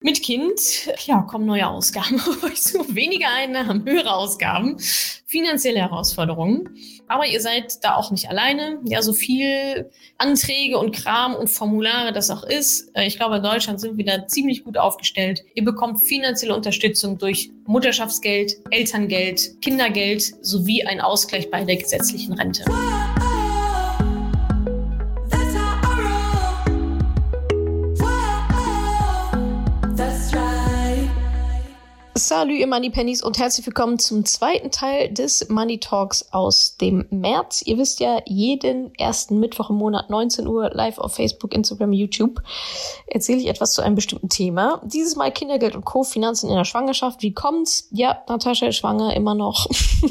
Mit Kind, ja, kommen neue Ausgaben auf euch zu. Weniger Einnahmen, höhere Ausgaben, finanzielle Herausforderungen. Aber ihr seid da auch nicht alleine. Ja, so viel Anträge und Kram und Formulare das auch ist. Ich glaube, in Deutschland sind wir da ziemlich gut aufgestellt. Ihr bekommt finanzielle Unterstützung durch Mutterschaftsgeld, Elterngeld, Kindergeld sowie einen Ausgleich bei der gesetzlichen Rente. Salut ihr Money Pennies und herzlich willkommen zum zweiten Teil des Money Talks aus dem März. Ihr wisst ja, jeden ersten Mittwoch im Monat 19 Uhr live auf Facebook, Instagram, YouTube erzähle ich etwas zu einem bestimmten Thema. Dieses Mal Kindergeld und Co. Finanzen in der Schwangerschaft. Wie kommt's? Ja, Natascha ist schwanger, immer noch.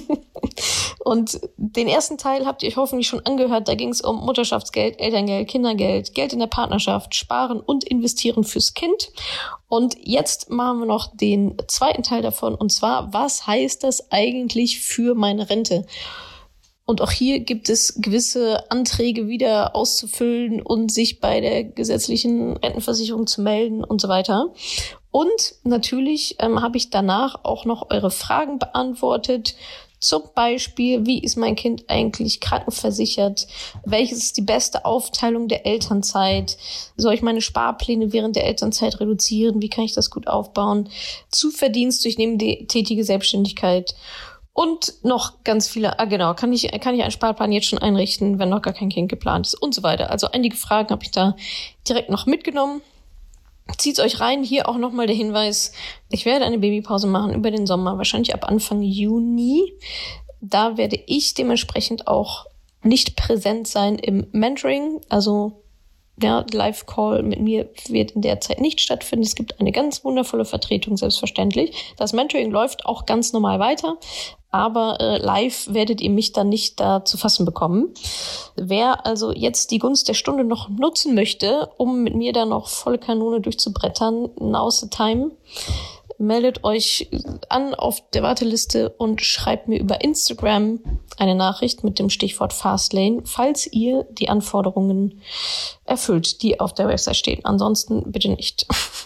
Und den ersten Teil habt ihr euch hoffentlich schon angehört. Da ging es um Mutterschaftsgeld, Elterngeld, Kindergeld, Geld in der Partnerschaft, Sparen und Investieren fürs Kind. Und jetzt machen wir noch den zweiten Teil davon. Und zwar, was heißt das eigentlich für meine Rente? Und auch hier gibt es gewisse Anträge wieder auszufüllen und sich bei der gesetzlichen Rentenversicherung zu melden und so weiter. Und natürlich habe ich danach auch noch eure Fragen beantwortet. Zum Beispiel, wie ist mein Kind eigentlich krankenversichert? Welches ist die beste Aufteilung der Elternzeit? Soll ich meine Sparpläne während der Elternzeit reduzieren? Wie kann ich das gut aufbauen? Zuverdienst durch nebentätige Selbstständigkeit. Und noch ganz viele, kann ich einen Sparplan jetzt schon einrichten, wenn noch gar kein Kind geplant ist und so weiter. Also einige Fragen habe ich da direkt noch mitgenommen. Zieht's euch rein. Hier auch nochmal der Hinweis, ich werde eine Babypause machen über den Sommer, wahrscheinlich ab Anfang Juni. Da werde ich dementsprechend auch nicht präsent sein im Mentoring. Also ja, Live-Call mit mir wird in der Zeit nicht stattfinden. Es gibt eine ganz wundervolle Vertretung, selbstverständlich. Das Mentoring läuft auch ganz normal weiter. Aber live werdet ihr mich dann nicht da zu fassen bekommen. Wer also jetzt die Gunst der Stunde noch nutzen möchte, um mit mir da noch volle Kanone durchzubrettern, now's the time, meldet euch an auf der Warteliste und schreibt mir über Instagram eine Nachricht mit dem Stichwort Fastlane, falls ihr die Anforderungen erfüllt, die auf der Website stehen. Ansonsten bitte nicht.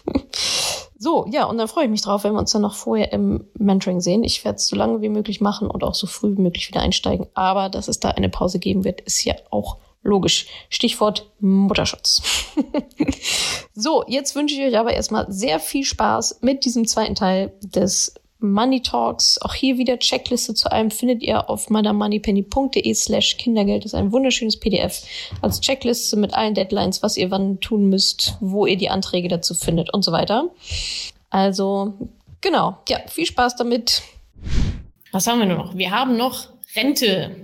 So, ja, und dann freue ich mich drauf, wenn wir uns dann noch vorher im Mentoring sehen. Ich werde es so lange wie möglich machen und auch so früh wie möglich wieder einsteigen. Aber dass es da eine Pause geben wird, ist ja auch logisch. Stichwort Mutterschutz. So, jetzt wünsche ich euch aber erstmal sehr viel Spaß mit diesem zweiten Teil des Money Talks. Auch hier wieder Checkliste zu allem findet ihr auf madammoneypenny.de/Kindergeld. Das ist ein wunderschönes PDF als Checkliste mit allen Deadlines, was ihr wann tun müsst, wo ihr die Anträge dazu findet und so weiter. Also, genau. Ja, viel Spaß damit. Was haben wir noch? Wir haben noch Rente.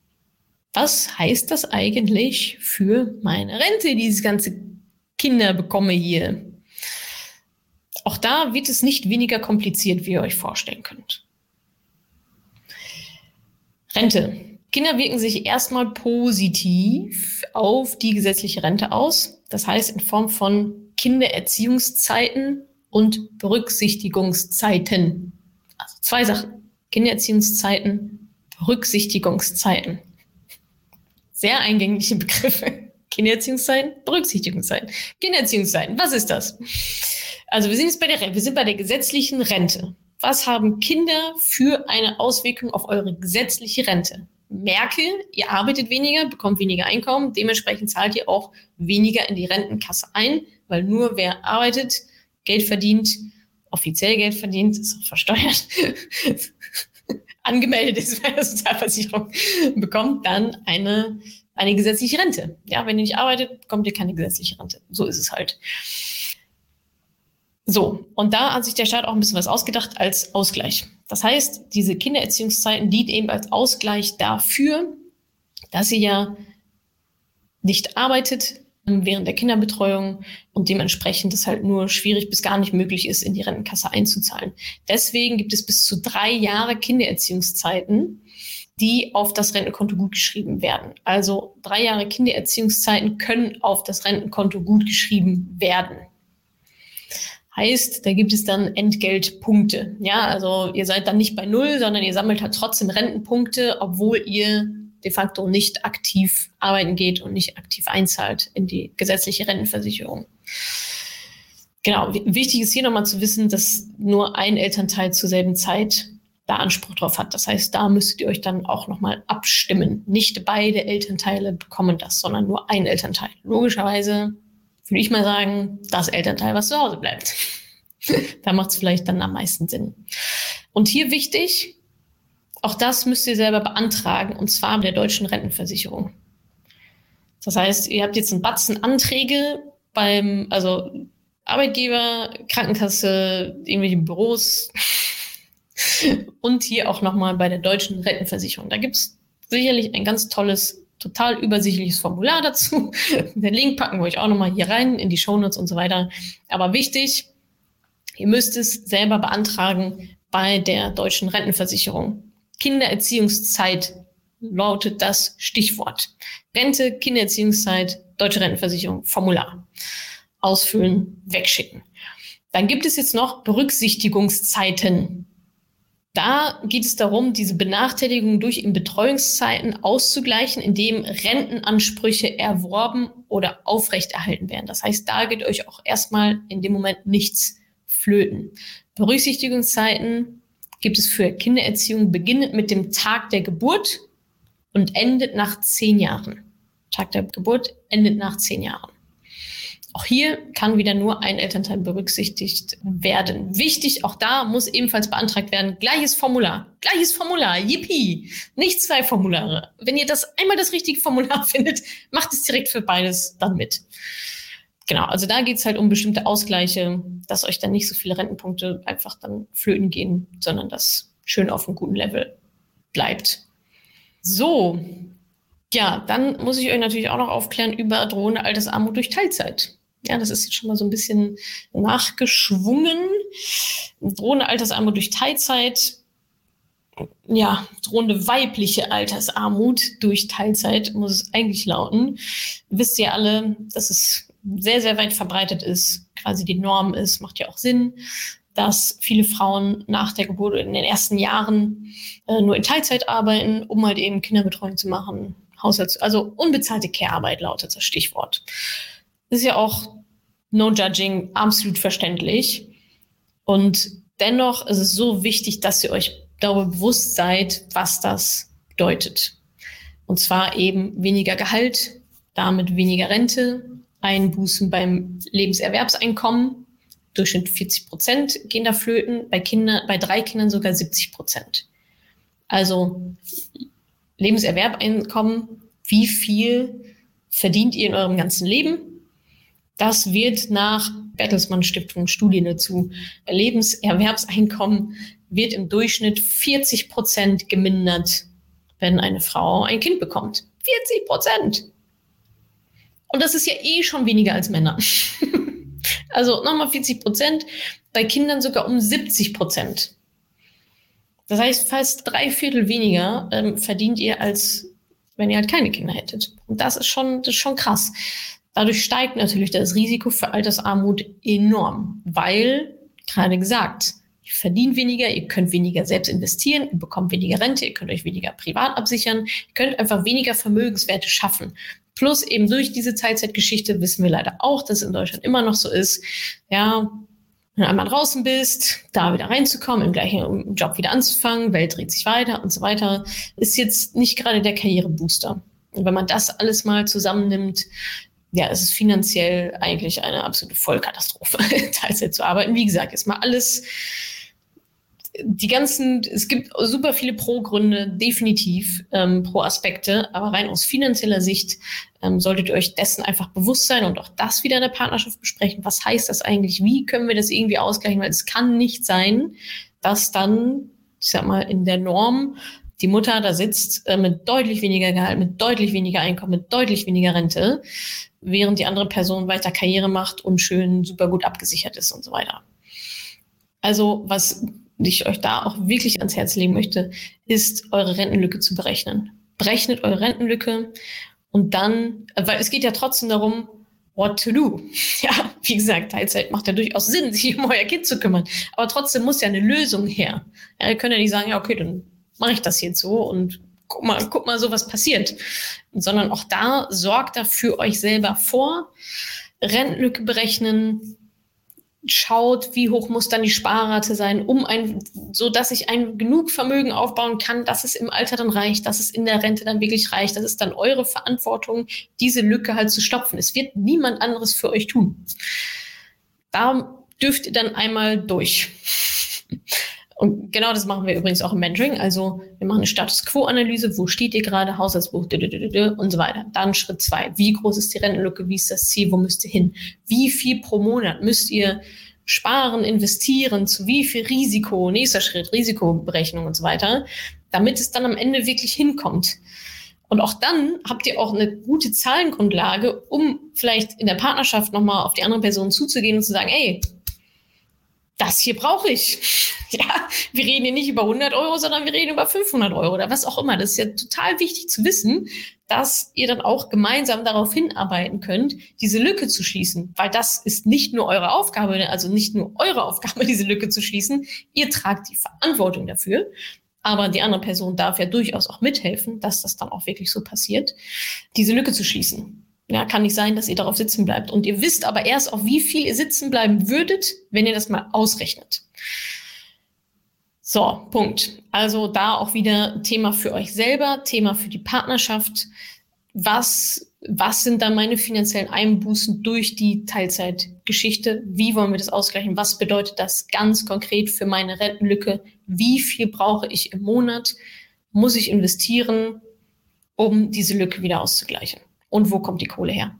Was heißt das eigentlich für meine Rente, dieses ganze Kinder bekomme hier? Auch da wird es nicht weniger kompliziert, wie ihr euch vorstellen könnt. Rente. Kinder wirken sich erstmal positiv auf die gesetzliche Rente aus. Das heißt in Form von Kindererziehungszeiten und Berücksichtigungszeiten. Also zwei Sachen. Kindererziehungszeiten, Berücksichtigungszeiten. Sehr eingängige Begriffe. Kindererziehungszeiten, Berücksichtigungszeiten. Kindererziehungszeiten, was ist das? Also wir sind jetzt bei der gesetzlichen Rente. Was haben Kinder für eine Auswirkung auf eure gesetzliche Rente? Merke, ihr arbeitet weniger, bekommt weniger Einkommen, dementsprechend zahlt ihr auch weniger in die Rentenkasse ein, weil nur wer arbeitet, Geld verdient, offiziell Geld verdient, ist auch versteuert, angemeldet ist bei der Sozialversicherung, bekommt dann eine gesetzliche Rente. Ja, wenn ihr nicht arbeitet, bekommt ihr keine gesetzliche Rente. So ist es halt. So, und da hat sich der Staat auch ein bisschen was ausgedacht als Ausgleich. Das heißt, diese Kindererziehungszeiten dienen eben als Ausgleich dafür, dass ihr ja nicht arbeitet während der Kinderbetreuung und dementsprechend es halt nur schwierig bis gar nicht möglich ist, in die Rentenkasse einzuzahlen. Deswegen gibt es bis zu 3 Jahre Kindererziehungszeiten, die auf das Rentenkonto gutgeschrieben werden. Also 3 Jahre Kindererziehungszeiten können auf das Rentenkonto gutgeschrieben werden. Heißt, da gibt es dann Entgeltpunkte. Ja, also ihr seid dann nicht bei 0, sondern ihr sammelt halt trotzdem Rentenpunkte, obwohl ihr de facto nicht aktiv arbeiten geht und nicht aktiv einzahlt in die gesetzliche Rentenversicherung. Genau, wichtig ist hier nochmal zu wissen, dass nur ein Elternteil zur selben Zeit da Anspruch drauf hat. Das heißt, da müsstet ihr euch dann auch nochmal abstimmen. Nicht beide Elternteile bekommen das, sondern nur ein Elternteil. Logischerweise würde ich mal sagen, das Elternteil, was zu Hause bleibt. Da macht es vielleicht dann am meisten Sinn. Und hier wichtig, auch das müsst ihr selber beantragen, und zwar bei der deutschen Rentenversicherung. Das heißt, ihr habt jetzt einen Batzen Anträge beim Arbeitgeber, Krankenkasse, irgendwelche Büros und hier auch nochmal bei der deutschen Rentenversicherung. Da gibt es sicherlich ein ganz tolles, total übersichtliches Formular dazu. Den Link packen wir euch auch nochmal hier rein in die Shownotes und so weiter. Aber wichtig, ihr müsst es selber beantragen bei der deutschen Rentenversicherung. Kindererziehungszeit lautet das Stichwort. Rente, Kindererziehungszeit, deutsche Rentenversicherung, Formular. Ausfüllen, wegschicken. Dann gibt es jetzt noch Berücksichtigungszeiten. Da geht es darum, diese Benachteiligung durch in Betreuungszeiten auszugleichen, indem Rentenansprüche erworben oder aufrechterhalten werden. Das heißt, da geht euch auch erstmal in dem Moment nichts flöten. Berücksichtigungszeiten gibt es für Kindererziehung beginnend mit dem Tag der Geburt und endet nach 10 Jahren. Tag der Geburt endet nach 10 Jahren. Auch hier kann wieder nur ein Elternteil berücksichtigt werden. Wichtig, auch da muss ebenfalls beantragt werden, gleiches Formular, yippie, nicht 2 Formulare. Wenn ihr einmal das richtige Formular findet, macht es direkt für beides dann mit. Genau, also da geht es halt um bestimmte Ausgleiche, dass euch dann nicht so viele Rentenpunkte einfach dann flöten gehen, sondern das schön auf einem guten Level bleibt. So, ja, dann muss ich euch natürlich auch noch aufklären über drohende Altersarmut durch Teilzeit. Ja, das ist jetzt schon mal so ein bisschen nachgeschwungen. Drohende Altersarmut durch Teilzeit. Ja, drohende weibliche Altersarmut durch Teilzeit muss es eigentlich lauten. Wisst ihr alle, dass es sehr, sehr weit verbreitet ist, quasi die Norm ist, macht ja auch Sinn, dass viele Frauen nach der Geburt in den ersten Jahren nur in Teilzeit arbeiten, um halt eben Kinderbetreuung zu machen, also unbezahlte Care-Arbeit lautet das Stichwort. Ist ja auch no judging, absolut verständlich. Und dennoch ist es so wichtig, dass ihr euch darüber bewusst seid, was das bedeutet. Und zwar eben weniger Gehalt, damit weniger Rente, Einbußen beim Lebenserwerbseinkommen, Durchschnitt 40% gehen da flöten, bei 3 Kindern sogar 70%. Also Lebenserwerbeinkommen, wie viel verdient ihr in eurem ganzen Leben? Das wird nach Bertelsmann Stiftung Studien dazu. Lebenserwerbseinkommen wird im Durchschnitt 40% gemindert, wenn eine Frau ein Kind bekommt. 40%! Und das ist ja eh schon weniger als Männer. Also nochmal 40%, bei Kindern sogar um 70%. Das heißt, fast 3/4 weniger verdient ihr, als wenn ihr halt keine Kinder hättet. Und das ist schon krass. Dadurch steigt natürlich das Risiko für Altersarmut enorm, weil, gerade gesagt, ihr verdient weniger, ihr könnt weniger selbst investieren, ihr bekommt weniger Rente, ihr könnt euch weniger privat absichern, ihr könnt einfach weniger Vermögenswerte schaffen. Plus eben durch diese Teilzeitgeschichte wissen wir leider auch, dass es in Deutschland immer noch so ist, ja, wenn du einmal draußen bist, da wieder reinzukommen, im gleichen Job wieder anzufangen, Welt dreht sich weiter und so weiter, ist jetzt nicht gerade der Karrierebooster. Und wenn man das alles mal zusammennimmt, ja, es ist finanziell eigentlich eine absolute Vollkatastrophe, Teilzeit zu arbeiten. Wie gesagt, jetzt mal alles, es gibt super viele Pro-Gründe, definitiv Pro-Aspekte, aber rein aus finanzieller Sicht solltet ihr euch dessen einfach bewusst sein und auch das wieder in der Partnerschaft besprechen. Was heißt das eigentlich? Wie können wir das irgendwie ausgleichen? Weil es kann nicht sein, dass dann, ich sag mal, in der Norm die Mutter da sitzt mit deutlich weniger Gehalt, mit deutlich weniger Einkommen, mit deutlich weniger Rente, während die andere Person weiter Karriere macht und schön super gut abgesichert ist und so weiter. Also was ich euch da auch wirklich ans Herz legen möchte, ist, eure Rentenlücke zu berechnen. Berechnet eure Rentenlücke und dann, weil es geht ja trotzdem darum, what to do. Ja, wie gesagt, Teilzeit macht ja durchaus Sinn, sich um euer Kind zu kümmern. Aber trotzdem muss ja eine Lösung her. Ja, ihr könnt ja nicht sagen, ja, okay, dann mache ich das jetzt so und guck mal so, was passiert. Sondern auch da sorgt da für euch selber vor. Rentenlücke berechnen, schaut, wie hoch muss dann die Sparrate sein, so dass ich ein genug Vermögen aufbauen kann, dass es im Alter dann reicht, dass es in der Rente dann wirklich reicht. Das ist dann eure Verantwortung, diese Lücke halt zu stopfen. Es wird niemand anderes für euch tun. Da dürft ihr dann einmal durch. Und genau das machen wir übrigens auch im Mentoring. Also wir machen eine Status-Quo-Analyse. Wo steht ihr gerade? Haushaltsbuch und so weiter. Dann Schritt 2. Wie groß ist die Rentenlücke? Wie ist das Ziel? Wo müsst ihr hin? Wie viel pro Monat müsst ihr sparen, investieren? Zu wie viel Risiko? Nächster Schritt, Risikoberechnung und so weiter. Damit es dann am Ende wirklich hinkommt. Und auch dann habt ihr auch eine gute Zahlengrundlage, um vielleicht in der Partnerschaft nochmal auf die andere Person zuzugehen und zu sagen, ey, das hier brauche ich. Ja, wir reden hier nicht über 100 Euro, sondern wir reden über 500 Euro oder was auch immer. Das ist ja total wichtig zu wissen, dass ihr dann auch gemeinsam darauf hinarbeiten könnt, diese Lücke zu schließen. Weil das ist nicht nur eure Aufgabe, also nicht nur eure Aufgabe, diese Lücke zu schließen. Ihr tragt die Verantwortung dafür. Aber die andere Person darf ja durchaus auch mithelfen, dass das dann auch wirklich so passiert, diese Lücke zu schließen. Ja, kann nicht sein, dass ihr darauf sitzen bleibt. Und ihr wisst aber erst, auf wie viel ihr sitzen bleiben würdet, wenn ihr das mal ausrechnet. So, Punkt. Also da auch wieder Thema für euch selber, Thema für die Partnerschaft. Was sind da meine finanziellen Einbußen durch die Teilzeitgeschichte? Wie wollen wir das ausgleichen? Was bedeutet das ganz konkret für meine Rentenlücke? Wie viel brauche ich im Monat? Muss ich investieren, um diese Lücke wieder auszugleichen? Und wo kommt die Kohle her?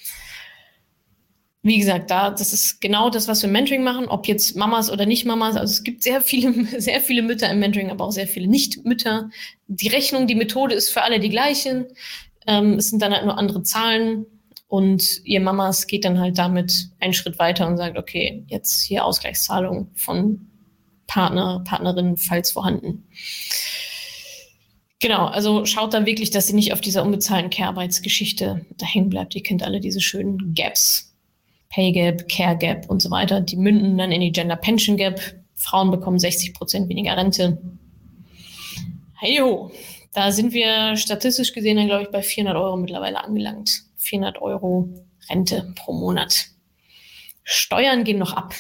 Wie gesagt, das ist genau das, was wir im Mentoring machen, ob jetzt Mamas oder nicht Mamas. Also es gibt sehr viele Mütter im Mentoring, aber auch sehr viele Nicht-Mütter. Die Rechnung, die Methode ist für alle die gleiche. Es sind dann halt nur andere Zahlen. Und ihr Mamas geht dann halt damit einen Schritt weiter und sagt, okay, jetzt hier Ausgleichszahlung von Partner, Partnerin, falls vorhanden. Genau, also schaut da wirklich, dass ihr nicht auf dieser unbezahlten Care-Arbeitsgeschichte da hängen bleibt. Ihr kennt alle diese schönen Gaps. Pay Gap, Care Gap und so weiter. Die münden dann in die Gender Pension Gap. Frauen bekommen 60% weniger Rente. Hey ho, da sind wir statistisch gesehen dann, glaube ich, bei 400 Euro mittlerweile angelangt. 400 Euro Rente pro Monat. Steuern gehen noch ab.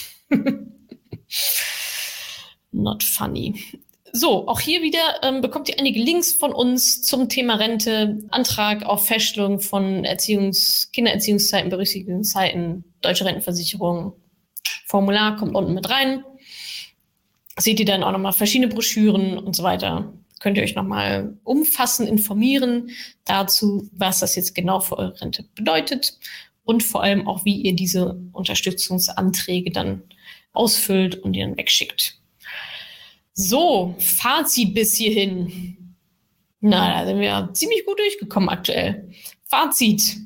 Not funny. So, auch hier wieder bekommt ihr einige Links von uns zum Thema Rente, Antrag auf Feststellung von Kindererziehungszeiten, Berücksichtigungszeiten, deutsche Rentenversicherung. Formular kommt unten mit rein. Seht ihr dann auch nochmal verschiedene Broschüren und so weiter. Könnt ihr euch nochmal umfassend informieren dazu, was das jetzt genau für eure Rente bedeutet und vor allem auch, wie ihr diese Unterstützungsanträge dann ausfüllt und ihr dann wegschickt. So, Fazit bis hierhin. Na, da sind wir ja ziemlich gut durchgekommen aktuell. Fazit.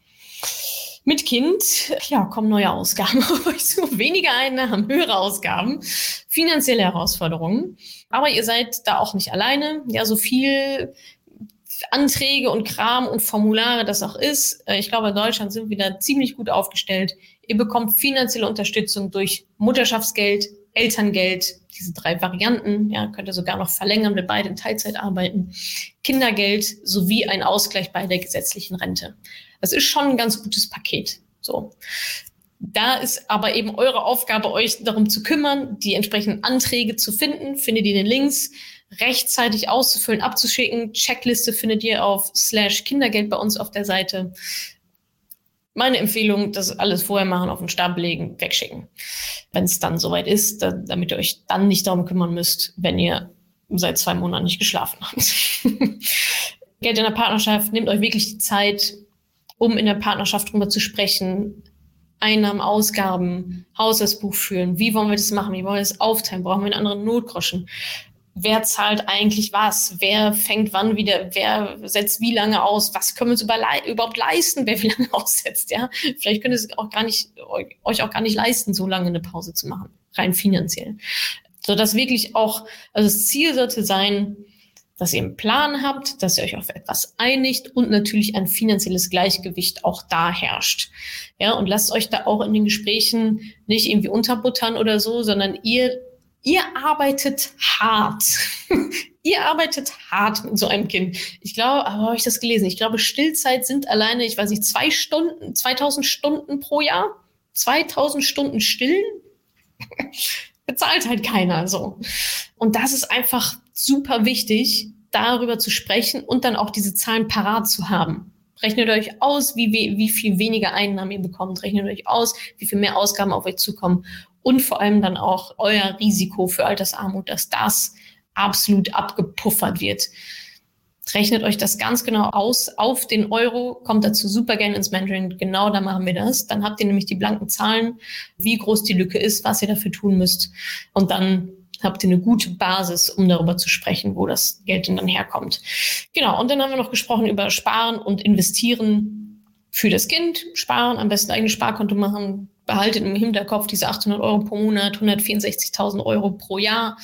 Mit Kind, ja, kommen neue Ausgaben auf euch zu. Weniger Einnahmen, höhere Ausgaben, finanzielle Herausforderungen. Aber ihr seid da auch nicht alleine. Ja, so viel Anträge und Kram und Formulare das auch ist. Ich glaube, in Deutschland sind wir da ziemlich gut aufgestellt. Ihr bekommt finanzielle Unterstützung durch Mutterschaftsgeld, Elterngeld, diese 3 Varianten, ja, könnt ihr sogar noch verlängern, wenn beide in Teilzeit arbeiten, Kindergeld sowie ein Ausgleich bei der gesetzlichen Rente. Das ist schon ein ganz gutes Paket. So. Da ist aber eben eure Aufgabe, euch darum zu kümmern, die entsprechenden Anträge zu finden. Findet ihr den Links, rechtzeitig auszufüllen, abzuschicken. Checkliste findet ihr auf /Kindergeld bei uns auf der Seite. Meine Empfehlung, das alles vorher machen, auf den Stapel legen, wegschicken. Wenn es dann soweit ist, damit ihr euch dann nicht darum kümmern müsst, wenn ihr seit 2 Monaten nicht geschlafen habt. Geld in der Partnerschaft, nehmt euch wirklich die Zeit, um in der Partnerschaft drüber zu sprechen. Einnahmen, Ausgaben, Haushaltsbuch führen. Wie wollen wir das machen? Wie wollen wir das aufteilen? Brauchen wir einen anderen Notgroschen? Wer zahlt eigentlich was? Wer fängt wann wieder? Wer setzt wie lange aus? Was können wir uns überhaupt leisten, wer wie lange aussetzt? Ja, vielleicht könnt ihr es euch auch gar nicht leisten, so lange eine Pause zu machen, rein finanziell. So dass wirklich auch, also das Ziel sollte sein, dass ihr einen Plan habt, dass ihr euch auf etwas einigt und natürlich ein finanzielles Gleichgewicht auch da herrscht. Ja, und lasst euch da auch in den Gesprächen nicht irgendwie unterbuttern oder so, sondern ihr arbeitet hart. Ihr arbeitet hart mit so einem Kind. Ich glaube, aber habe ich das gelesen? Ich glaube, Stillzeit sind alleine, ich weiß nicht, 2000 Stunden pro Jahr. 2000 Stunden stillen? Bezahlt halt keiner so. Und das ist einfach super wichtig, darüber zu sprechen und dann auch diese Zahlen parat zu haben. Rechnet euch aus, wie viel weniger Einnahmen ihr bekommt. Rechnet euch aus, wie viel mehr Ausgaben auf euch zukommen. Und vor allem dann auch euer Risiko für Altersarmut, dass das absolut abgepuffert wird. Rechnet euch das ganz genau aus auf den Euro, kommt dazu super gerne ins Mentoring. Genau da machen wir das. Dann habt ihr nämlich die blanken Zahlen, wie groß die Lücke ist, was ihr dafür tun müsst. Und dann habt ihr eine gute Basis, um darüber zu sprechen, wo das Geld denn dann herkommt. Genau, und dann haben wir noch gesprochen über Sparen und Investieren für das Kind. Sparen, am besten eigenes Sparkonto machen. Behaltet im Hinterkopf diese 800 Euro pro Monat, 164.000 Euro pro Jahr,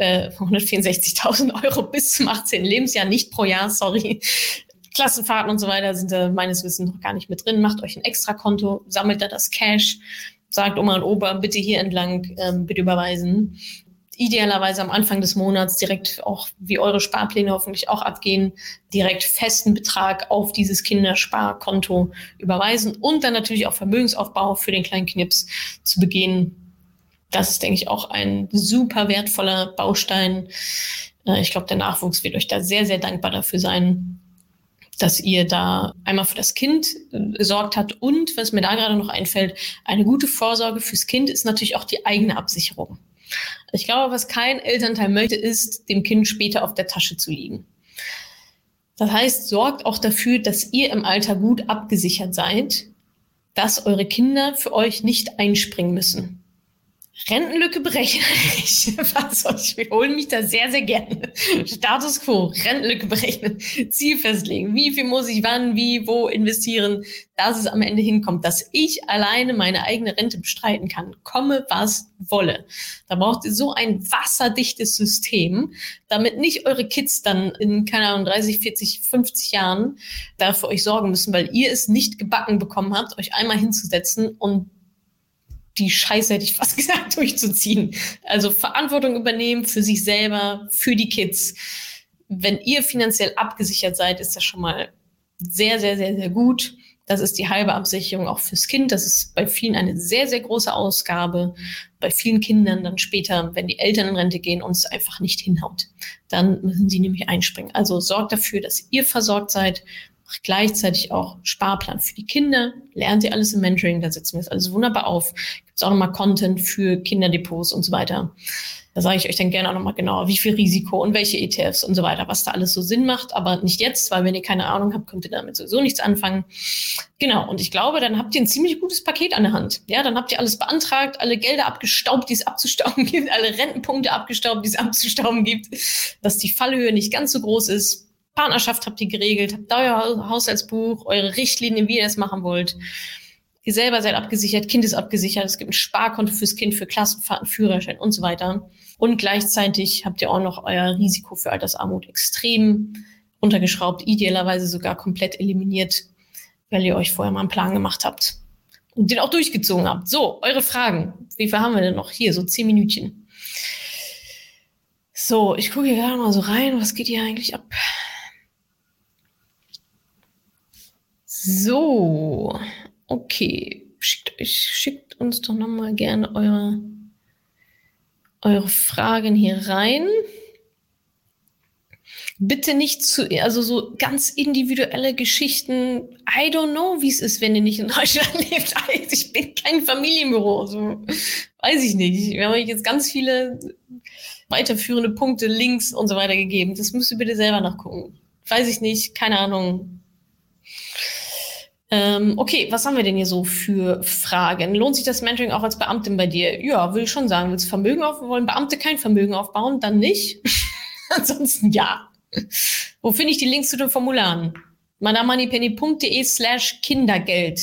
164.000 Euro bis zum 18. Lebensjahr, nicht pro Jahr, sorry. Klassenfahrten und so weiter sind da meines Wissens noch gar nicht mit drin. Macht euch ein Extrakonto, sammelt da das Cash, sagt Oma und Opa, bitte hier entlang, bitte überweisen. Idealerweise am Anfang des Monats direkt auch, wie eure Sparpläne hoffentlich auch abgehen, direkt festen Betrag auf dieses Kindersparkonto überweisen und dann natürlich auch Vermögensaufbau für den kleinen Knips zu begehen. Das ist, denke ich, auch ein super wertvoller Baustein. Ich glaube, der Nachwuchs wird euch da sehr, sehr dankbar dafür sein, dass ihr da einmal für das Kind gesorgt habt. Und was mir da gerade noch einfällt, eine gute Vorsorge fürs Kind ist natürlich auch die eigene Absicherung. Ich glaube, was kein Elternteil möchte, ist, dem Kind später auf der Tasche zu liegen. Das heißt, sorgt auch dafür, dass ihr im Alter gut abgesichert seid, dass eure Kinder für euch nicht einspringen müssen. Rentenlücke berechnen. Ich wiederhole mich da sehr, sehr gerne. Status quo, Rentenlücke berechnen, Ziel festlegen. Wie viel muss ich wann, wie, wo investieren, dass es am Ende hinkommt, dass ich alleine meine eigene Rente bestreiten kann. Komme, was wolle. Da braucht ihr so ein wasserdichtes System, damit nicht eure Kids dann in, keine Ahnung, 30, 40, 50 Jahren da für euch sorgen müssen, weil ihr es nicht gebacken bekommen habt, euch einmal hinzusetzen und die Scheiße, hätte ich fast gesagt, durchzuziehen. Also Verantwortung übernehmen für sich selber, für die Kids. Wenn ihr finanziell abgesichert seid, ist das schon mal sehr, sehr, sehr, sehr gut. Das ist die halbe Absicherung auch fürs Kind. Das ist bei vielen eine sehr, sehr große Ausgabe. Bei vielen Kindern dann später, wenn die Eltern in Rente gehen und es einfach nicht hinhaut, dann müssen sie nämlich einspringen. Also sorgt dafür, dass ihr versorgt seid. Macht gleichzeitig auch Sparplan für die Kinder. Lernt ihr alles im Mentoring, da setzen wir das alles wunderbar auf. Gibt es auch nochmal Content für Kinderdepots und so weiter. Da sage ich euch dann gerne auch nochmal genauer, wie viel Risiko und welche ETFs und so weiter, was da alles so Sinn macht. Aber nicht jetzt, weil wenn ihr keine Ahnung habt, könnt ihr damit sowieso nichts anfangen. Genau, und ich glaube, dann habt ihr ein ziemlich gutes Paket an der Hand. Ja, dann habt ihr alles beantragt, alle Gelder abgestaubt, die es abzustauben gibt, alle Rentenpunkte abgestaubt, die es abzustauben gibt, dass die Fallhöhe nicht ganz so groß ist. Partnerschaft habt ihr geregelt, habt euer Haushaltsbuch, eure Richtlinien, wie ihr das machen wollt. Ihr selber seid abgesichert, Kind ist abgesichert, es gibt ein Sparkonto fürs Kind, für Klassenfahrten, Führerschein und so weiter. Und gleichzeitig habt ihr auch noch euer Risiko für Altersarmut extrem untergeschraubt, idealerweise sogar komplett eliminiert, weil ihr euch vorher mal einen Plan gemacht habt und den auch durchgezogen habt. So, eure Fragen. Wie viel haben wir denn noch? Hier, so 10 Minütchen. So, ich gucke hier gerade mal so rein, was geht hier eigentlich ab? So, okay. Schickt uns doch nochmal gerne eure Fragen hier rein. Bitte nicht also so ganz individuelle Geschichten. I don't know, wie es ist, wenn ihr nicht in Deutschland lebt. Ich bin kein Familienbüro, so weiß ich nicht. Wir haben euch jetzt ganz viele weiterführende Punkte, Links und so weiter gegeben. Das müsst ihr bitte selber nachgucken. Weiß ich nicht, keine Ahnung. Okay, was haben wir denn hier so für Fragen? Lohnt sich das Mentoring auch als Beamtin bei dir? Ja, würde ich schon sagen. Willst du Vermögen aufbauen? Wollen Beamte kein Vermögen aufbauen? Dann nicht. Ansonsten ja. Wo finde ich die Links zu den Formularen? madamoneypenny.de/Kindergeld.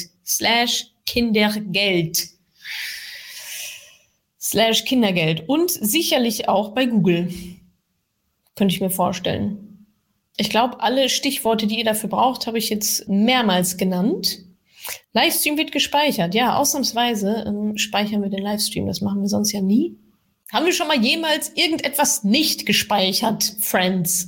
/Kindergeld. Und sicherlich auch bei Google. Könnte ich mir vorstellen. Ich glaube, alle Stichworte, die ihr dafür braucht, habe ich jetzt mehrmals genannt. Livestream wird gespeichert. Ja, ausnahmsweise speichern wir den Livestream. Das machen wir sonst ja nie. Haben wir schon mal jemals irgendetwas nicht gespeichert, Friends?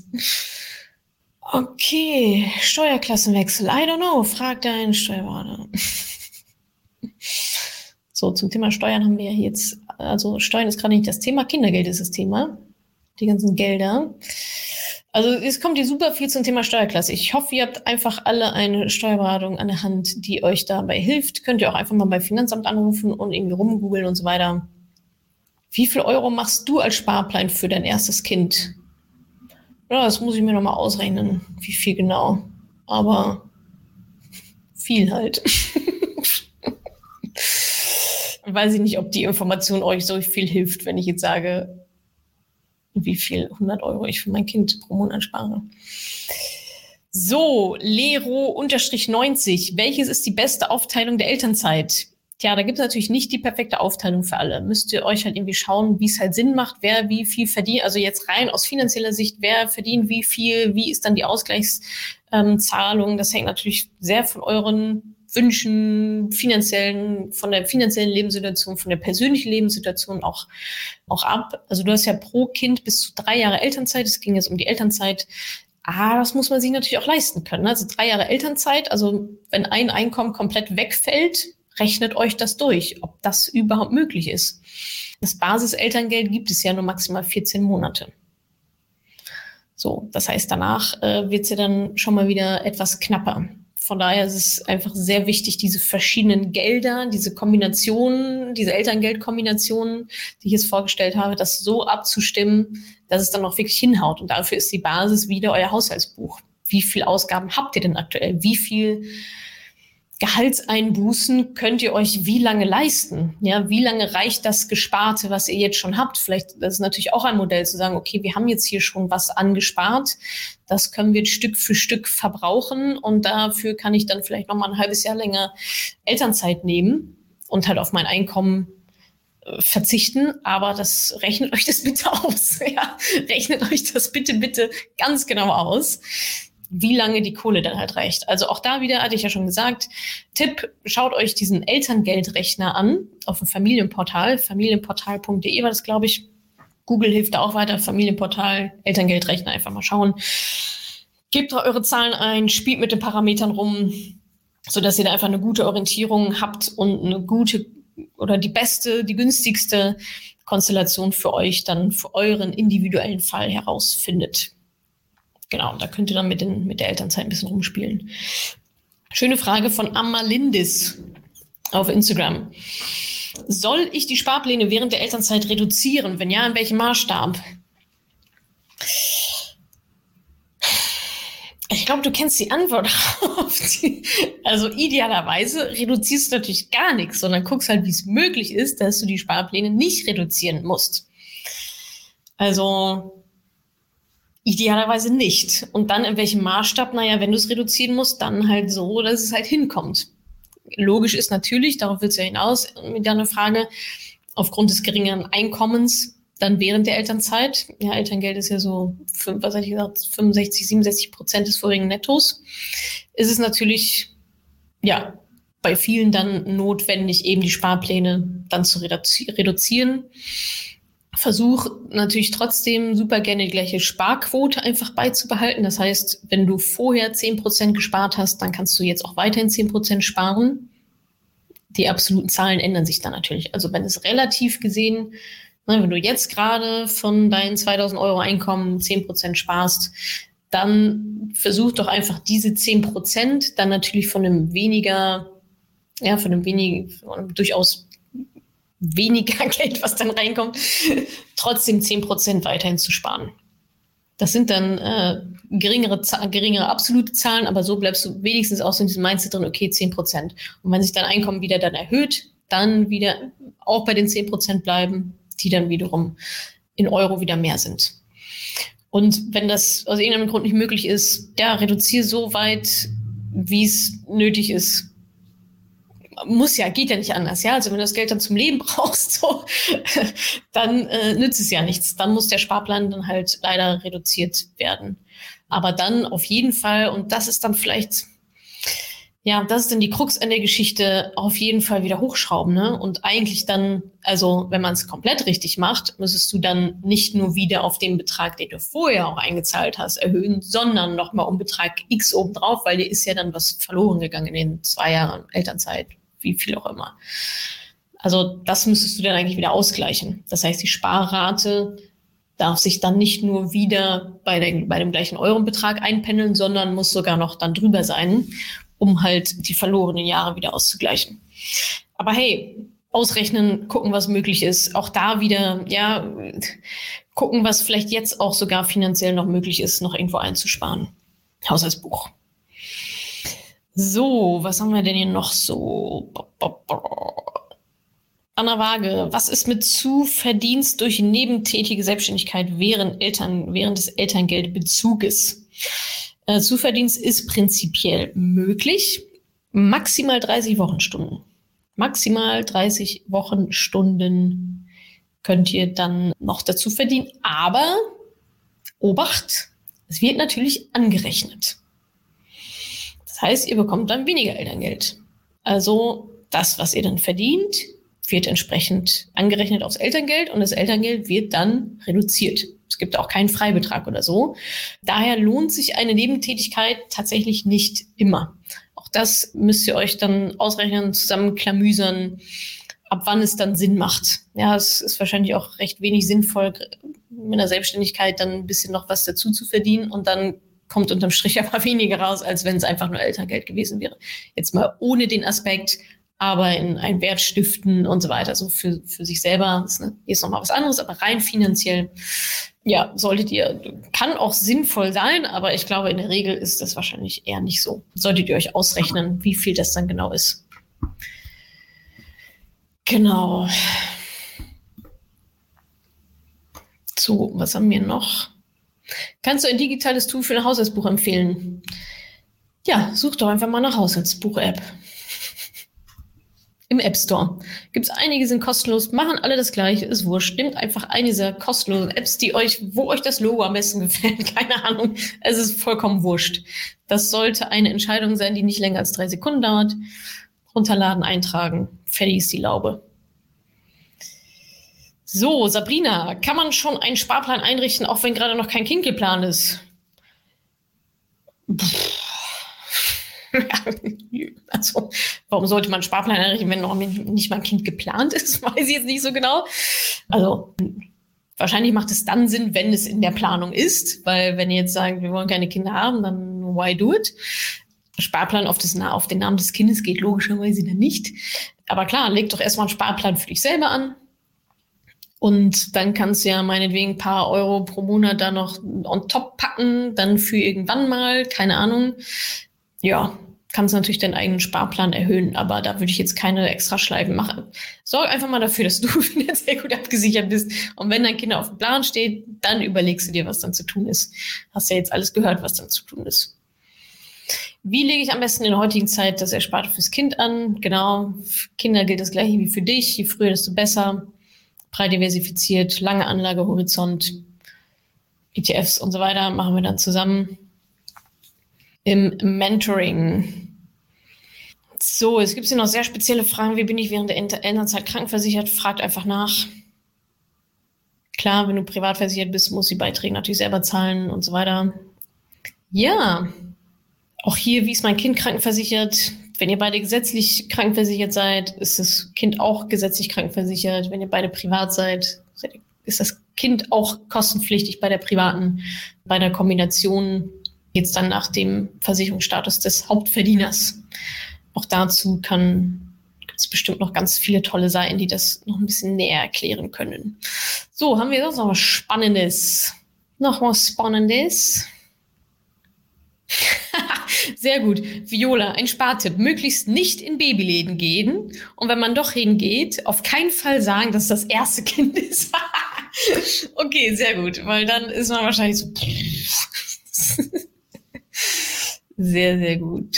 Okay, Steuerklassenwechsel. I don't know. Frag deinen Steuerberater. So, zum Thema Steuern haben wir jetzt, also Steuern ist gerade nicht das Thema, Kindergeld ist das Thema. Die ganzen Gelder. Also es kommt hier super viel zum Thema Steuerklasse. Ich hoffe, ihr habt einfach alle eine Steuerberatung an der Hand, die euch dabei hilft. Könnt ihr auch einfach mal beim Finanzamt anrufen und irgendwie rumgoogeln und so weiter. Wie viel Euro machst du als Sparplan für dein erstes Kind? Ja, das muss ich mir nochmal ausrechnen, wie viel genau. Aber viel halt. Weiß ich nicht, ob die Information euch so viel hilft, wenn ich jetzt sage, wie viel 100 Euro ich für mein Kind pro Monat spare. So, Lero-90. Welches ist die beste Aufteilung der Elternzeit? Tja, da gibt es natürlich nicht die perfekte Aufteilung für alle. Müsst ihr euch halt irgendwie schauen, wie es halt Sinn macht, wer wie viel verdient. Also jetzt rein aus finanzieller Sicht, wer verdient wie viel, wie ist dann die Ausgleichszahlung. Das hängt natürlich sehr von euren Wünschen, von der finanziellen Lebenssituation, von der persönlichen Lebenssituation auch ab. Also du hast ja pro Kind bis zu 3 Jahre Elternzeit. Es ging jetzt um die Elternzeit. Das muss man sich natürlich auch leisten können. Also 3 Jahre Elternzeit, also wenn ein Einkommen komplett wegfällt, rechnet euch das durch, ob das überhaupt möglich ist. Das Basiselterngeld gibt es ja nur maximal 14 Monate. So, das heißt, danach wird es ja dann schon mal wieder etwas knapper. Von daher ist es einfach sehr wichtig, diese verschiedenen Gelder, diese Kombinationen, diese Elterngeldkombinationen, die ich jetzt vorgestellt habe, das so abzustimmen, dass es dann auch wirklich hinhaut. Und dafür ist die Basis wieder euer Haushaltsbuch. Wie viel Ausgaben habt ihr denn aktuell? Wie viel Gehaltseinbußen könnt ihr euch wie lange leisten? Ja, wie lange reicht das Gesparte, was ihr jetzt schon habt? Vielleicht, das ist natürlich auch ein Modell zu sagen, okay, wir haben jetzt hier schon was angespart. Das können wir Stück für Stück verbrauchen und dafür kann ich dann vielleicht noch mal ein halbes Jahr länger Elternzeit nehmen und halt auf mein Einkommen verzichten. Aber rechnet euch das bitte aus. Ja, rechnet euch das bitte ganz genau aus, wie lange die Kohle dann halt reicht. Also auch da wieder, hatte ich ja schon gesagt, Tipp, schaut euch diesen Elterngeldrechner an auf dem Familienportal, familienportal.de war das, glaube ich. Google hilft da auch weiter, Familienportal, Elterngeldrechner, einfach mal schauen. Gebt eure Zahlen ein, spielt mit den Parametern rum, sodass ihr da einfach eine gute Orientierung habt und eine gute oder die beste, die günstigste Konstellation für euch dann für euren individuellen Fall herausfindet. Genau, da könnt ihr dann mit der Elternzeit ein bisschen rumspielen. Schöne Frage von Amalindis auf Instagram. Soll ich die Sparpläne während der Elternzeit reduzieren? Wenn ja, in welchem Maßstab? Ich glaube, du kennst die Antwort darauf. Also idealerweise reduzierst du natürlich gar nichts, sondern guckst halt, wie es möglich ist, dass du die Sparpläne nicht reduzieren musst. Also idealerweise nicht. Und dann in welchem Maßstab? Naja, wenn du es reduzieren musst, dann halt so, dass es halt hinkommt. Logisch ist natürlich, darauf willst du ja hinaus, mit deiner Frage, aufgrund des geringeren Einkommens dann während der Elternzeit. Ja, Elterngeld ist ja so, 65-67% des vorigen Nettos. Ist es natürlich, ja, bei vielen dann notwendig, eben die Sparpläne dann zu reduzieren. Versuch natürlich trotzdem super gerne die gleiche Sparquote einfach beizubehalten. Das heißt, wenn du vorher 10% gespart hast, dann kannst du jetzt auch weiterhin 10% sparen. Die absoluten Zahlen ändern sich dann natürlich. Also wenn es relativ gesehen, wenn du jetzt gerade von deinen 2.000 Euro Einkommen 10% sparst, dann versuch doch einfach diese 10% dann natürlich von einem durchaus weniger Geld, was dann reinkommt, trotzdem 10% weiterhin zu sparen. Das sind dann geringere absolute Zahlen, aber so bleibst du wenigstens auch so in diesem Mindset drin, okay, 10%. Und wenn sich dein Einkommen wieder dann erhöht, dann wieder auch bei den 10% bleiben, die dann wiederum in Euro wieder mehr sind. Und wenn das aus irgendeinem Grund nicht möglich ist, ja, reduziere so weit, wie es nötig ist. Geht ja nicht anders, ja. Also wenn du das Geld dann zum Leben brauchst, so, dann nützt es ja nichts. Dann muss der Sparplan dann halt leider reduziert werden. Aber dann auf jeden Fall, und das ist dann vielleicht, ja, das ist dann die Krux an der Geschichte, auf jeden Fall wieder hochschrauben, ne? Und eigentlich dann, also wenn man es komplett richtig macht, müsstest du dann nicht nur wieder auf den Betrag, den du vorher auch eingezahlt hast, erhöhen, sondern nochmal um Betrag X obendrauf, weil dir ist ja dann was verloren gegangen in den 2 Jahren Elternzeit, wie viel auch immer. Also das müsstest du dann eigentlich wieder ausgleichen. Das heißt, die Sparrate darf sich dann nicht nur wieder bei dem gleichen Eurobetrag einpendeln, sondern muss sogar noch dann drüber sein, um halt die verlorenen Jahre wieder auszugleichen. Aber hey, ausrechnen, gucken, was möglich ist. Auch da wieder, ja, gucken, was vielleicht jetzt auch sogar finanziell noch möglich ist, noch irgendwo einzusparen. Haushaltsbuch. So, was haben wir denn hier noch so? Anna Waage, was ist mit Zuverdienst durch nebentätige Selbstständigkeit während des Elterngeldbezuges? Zuverdienst ist prinzipiell möglich. Maximal 30 Wochenstunden. Maximal 30 Wochenstunden könnt ihr dann noch dazu verdienen. Aber Obacht, es wird natürlich angerechnet. Das heißt, ihr bekommt dann weniger Elterngeld. Also das, was ihr dann verdient, wird entsprechend angerechnet aufs Elterngeld und das Elterngeld wird dann reduziert. Es gibt auch keinen Freibetrag oder so. Daher lohnt sich eine Nebentätigkeit tatsächlich nicht immer. Auch das müsst ihr euch dann ausrechnen, zusammenklamüsern, ab wann es dann Sinn macht. Ja, es ist wahrscheinlich auch recht wenig sinnvoll, mit einer Selbstständigkeit dann ein bisschen noch was dazu zu verdienen und dann kommt unterm Strich aber weniger raus, als wenn es einfach nur Elterngeld gewesen wäre. Jetzt mal ohne den Aspekt, aber in einen Wert stiften und so weiter. So für sich selber ist jetzt nochmal was anderes, aber rein finanziell, ja, kann auch sinnvoll sein, aber ich glaube, in der Regel ist das wahrscheinlich eher nicht so. Solltet ihr euch ausrechnen, wie viel das dann genau ist. Genau. So, was haben wir noch? Kannst du ein digitales Tool für ein Haushaltsbuch empfehlen? Ja, such doch einfach mal nach Haushaltsbuch-App. Im App Store. Gibt's einige, sind kostenlos, machen alle das Gleiche, ist wurscht. Nehmt einfach eine dieser kostenlosen Apps, wo euch das Logo am besten gefällt. Keine Ahnung. Es ist vollkommen wurscht. Das sollte eine Entscheidung sein, die nicht länger als 3 Sekunden dauert. Runterladen, eintragen. Fertig ist die Laube. So, Sabrina, kann man schon einen Sparplan einrichten, auch wenn gerade noch kein Kind geplant ist? Also, warum sollte man einen Sparplan einrichten, wenn noch nicht mal ein Kind geplant ist? Weiß ich jetzt nicht so genau. Also, wahrscheinlich macht es dann Sinn, wenn es in der Planung ist, weil wenn ihr jetzt sagt, wir wollen keine Kinder haben, dann why do it? Sparplan auf den Namen des Kindes geht logischerweise dann nicht. Aber klar, leg doch erstmal einen Sparplan für dich selber an. Und dann kannst du ja meinetwegen ein paar Euro pro Monat da noch on top packen, dann für irgendwann mal, keine Ahnung. Ja, kannst natürlich deinen eigenen Sparplan erhöhen, aber da würde ich jetzt keine Extraschleifen machen. Sorg einfach mal dafür, dass du finanziell gut abgesichert bist. Und wenn dein Kind auf dem Plan steht, dann überlegst du dir, was dann zu tun ist. Hast ja jetzt alles gehört, was dann zu tun ist. Wie lege ich am besten in der heutigen Zeit das Ersparte fürs Kind an? Genau, für Kinder gilt das Gleiche wie für dich. Je früher, desto besser. Breit diversifiziert, lange Anlagehorizont, ETFs und so weiter machen wir dann zusammen. Im Mentoring. So, es gibt hier noch sehr spezielle Fragen. Wie bin ich während der Elternzeit krankenversichert? Fragt einfach nach. Klar, wenn du privat versichert bist, musst du die Beiträge natürlich selber zahlen und so weiter. Ja, auch hier, wie ist mein Kind krankenversichert? Wenn ihr beide gesetzlich krankenversichert seid, ist das Kind auch gesetzlich krankenversichert. Wenn ihr beide privat seid, ist das Kind auch kostenpflichtig bei der privaten. Bei der Kombination geht es dann nach dem Versicherungsstatus des Hauptverdieners. Auch dazu gibt es bestimmt noch ganz viele tolle Seiten, die das noch ein bisschen näher erklären können. So, haben wir sonst noch was Spannendes? Sehr gut. Viola, ein Spartipp. Möglichst nicht in Babyläden gehen. Und wenn man doch hingeht, auf keinen Fall sagen, dass das erste Kind ist. Okay, sehr gut. Weil dann ist man wahrscheinlich so. Sehr, sehr gut.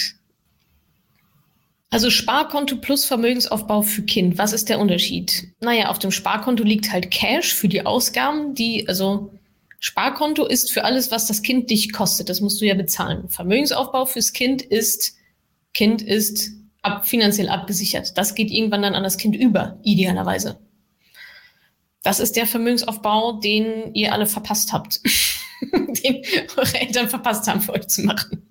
Also Sparkonto plus Vermögensaufbau für Kind. Was ist der Unterschied? Naja, auf dem Sparkonto liegt halt Cash für die Ausgaben, Sparkonto ist für alles, was das Kind dich kostet. Das musst du ja bezahlen. Vermögensaufbau fürs Kind ist finanziell abgesichert. Das geht irgendwann dann an das Kind über, idealerweise. Das ist der Vermögensaufbau, den ihr alle verpasst habt. Den eure Eltern verpasst haben, für euch zu machen.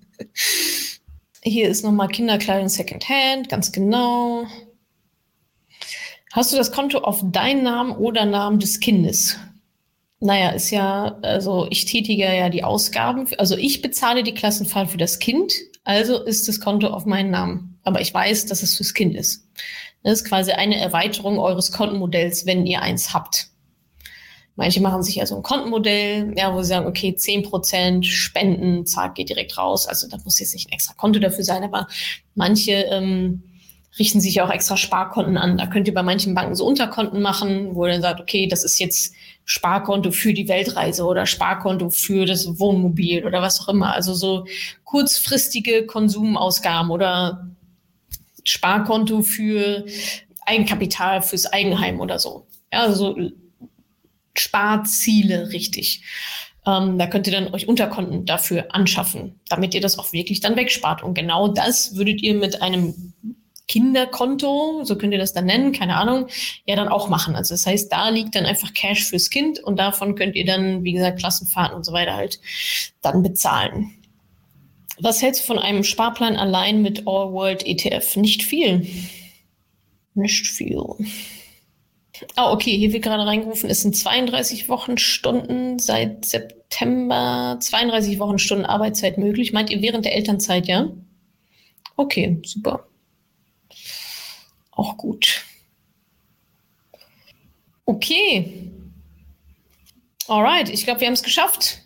Hier ist nochmal Kinderkleidung Secondhand, ganz genau. Hast du das Konto auf deinen Namen oder Namen des Kindes? Naja, ist ja, also ich tätige ja die Ausgaben, also ich bezahle die Klassenfahrt für das Kind, also ist das Konto auf meinen Namen. Aber ich weiß, dass es fürs Kind ist. Das ist quasi eine Erweiterung eures Kontenmodells, wenn ihr eins habt. Manche machen sich ja so ein Kontenmodell, ja, wo sie sagen, okay, 10% Spenden, zack, geht direkt raus. Also da muss jetzt nicht ein extra Konto dafür sein, aber manche richten sich auch extra Sparkonten an. Da könnt ihr bei manchen Banken so Unterkonten machen, wo ihr dann sagt, okay, das ist jetzt Sparkonto für die Weltreise oder Sparkonto für das Wohnmobil oder was auch immer. Also so kurzfristige Konsumausgaben oder Sparkonto für Eigenkapital fürs Eigenheim oder so. Ja, also Sparziele, richtig. Da könnt ihr dann euch Unterkonten dafür anschaffen, damit ihr das auch wirklich dann wegspart. Und genau das würdet ihr mit einem Kinderkonto, so könnt ihr das dann nennen, keine Ahnung, ja dann auch machen. Also das heißt, da liegt dann einfach Cash fürs Kind und davon könnt ihr dann, wie gesagt, Klassenfahrten und so weiter halt dann bezahlen. Was hältst du von einem Sparplan allein mit All World ETF? Nicht viel. Nicht viel. Oh, okay, hier wird gerade reingerufen, es sind 32 Wochenstunden seit September, 32 Wochenstunden Arbeitszeit möglich. Meint ihr während der Elternzeit, ja? Okay, super. Auch gut. Okay. Alright, ich glaube, wir haben es geschafft.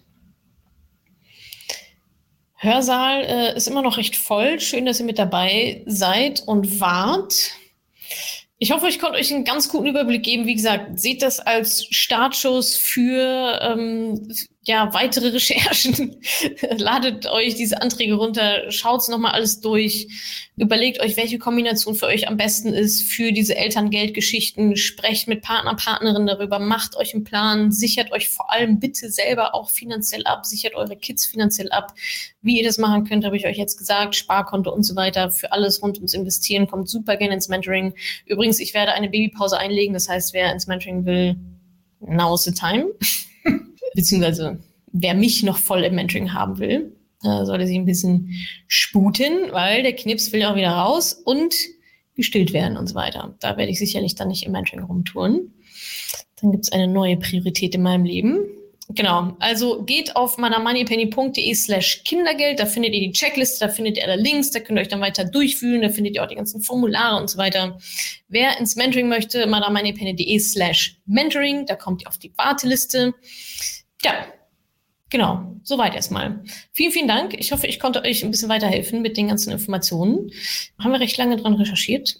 Hörsaal ist immer noch recht voll. Schön, dass ihr mit dabei seid und wart. Ich hoffe, ich konnte euch einen ganz guten Überblick geben. Wie gesagt, seht das als Startschuss für weitere Recherchen. Ladet euch diese Anträge runter, schaut's nochmal alles durch, überlegt euch, welche Kombination für euch am besten ist für diese Elterngeldgeschichten. Sprecht mit Partner, Partnerinnen darüber, macht euch einen Plan, sichert euch vor allem bitte selber auch finanziell ab, sichert eure Kids finanziell ab. Wie ihr das machen könnt, habe ich euch jetzt gesagt, Sparkonto und so weiter. Für alles rund ums Investieren kommt super gerne ins Mentoring. Übrigens, ich werde eine Babypause einlegen, das heißt, wer ins Mentoring will, now's the time. Beziehungsweise wer mich noch voll im Mentoring haben will, sollte sich ein bisschen sputen, weil der Knips will ja auch wieder raus und gestillt werden und so weiter. Da werde ich sicherlich dann nicht im Mentoring rumtouren. Dann gibt es eine neue Priorität in meinem Leben. Genau, also geht auf madamoneypenny.de/Kindergeld, da findet ihr die Checkliste, da findet ihr alle Links, da könnt ihr euch dann weiter durchfühlen, da findet ihr auch die ganzen Formulare und so weiter. Wer ins Mentoring möchte, madamoneypenny.de/Mentoring, da kommt ihr auf die Warteliste. Ja, genau, soweit erstmal. Vielen, vielen Dank. Ich hoffe, ich konnte euch ein bisschen weiterhelfen mit den ganzen Informationen. Haben wir recht lange dran recherchiert.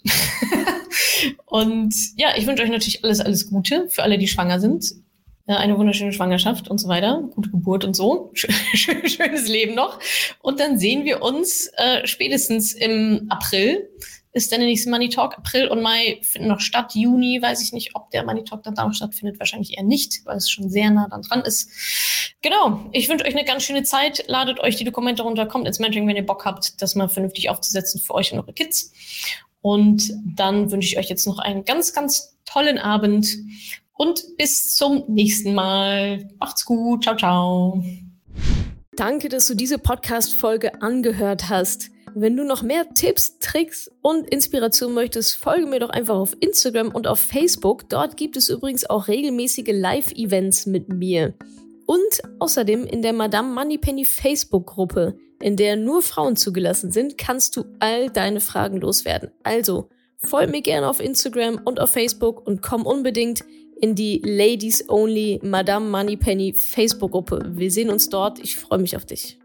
Und ja, ich wünsche euch natürlich alles Gute für alle, die schwanger sind. Eine wunderschöne Schwangerschaft und so weiter, gute Geburt und so, schönes Leben noch. Und dann sehen wir uns spätestens im April. Ist dann der nächste Money Talk. April und Mai finden noch statt. Juni weiß ich nicht, ob der Money Talk dann da noch stattfindet. Wahrscheinlich eher nicht, weil es schon sehr nah dann dran ist. Genau, ich wünsche euch eine ganz schöne Zeit. Ladet euch die Dokumente runter, kommt ins Mentoring, wenn ihr Bock habt, das mal vernünftig aufzusetzen für euch und eure Kids. Und dann wünsche ich euch jetzt noch einen ganz, ganz tollen Abend. Und bis zum nächsten Mal. Macht's gut. Ciao, ciao. Danke, dass du diese Podcast-Folge angehört hast. Wenn du noch mehr Tipps, Tricks und Inspiration möchtest, folge mir doch einfach auf Instagram und auf Facebook. Dort gibt es übrigens auch regelmäßige Live-Events mit mir. Und außerdem in der Madame Moneypenny Facebook-Gruppe, in der nur Frauen zugelassen sind, kannst du all deine Fragen loswerden. Also, folg mir gerne auf Instagram und auf Facebook und komm unbedingt in die Ladies Only Madame Moneypenny Facebook-Gruppe. Wir sehen uns dort. Ich freue mich auf dich.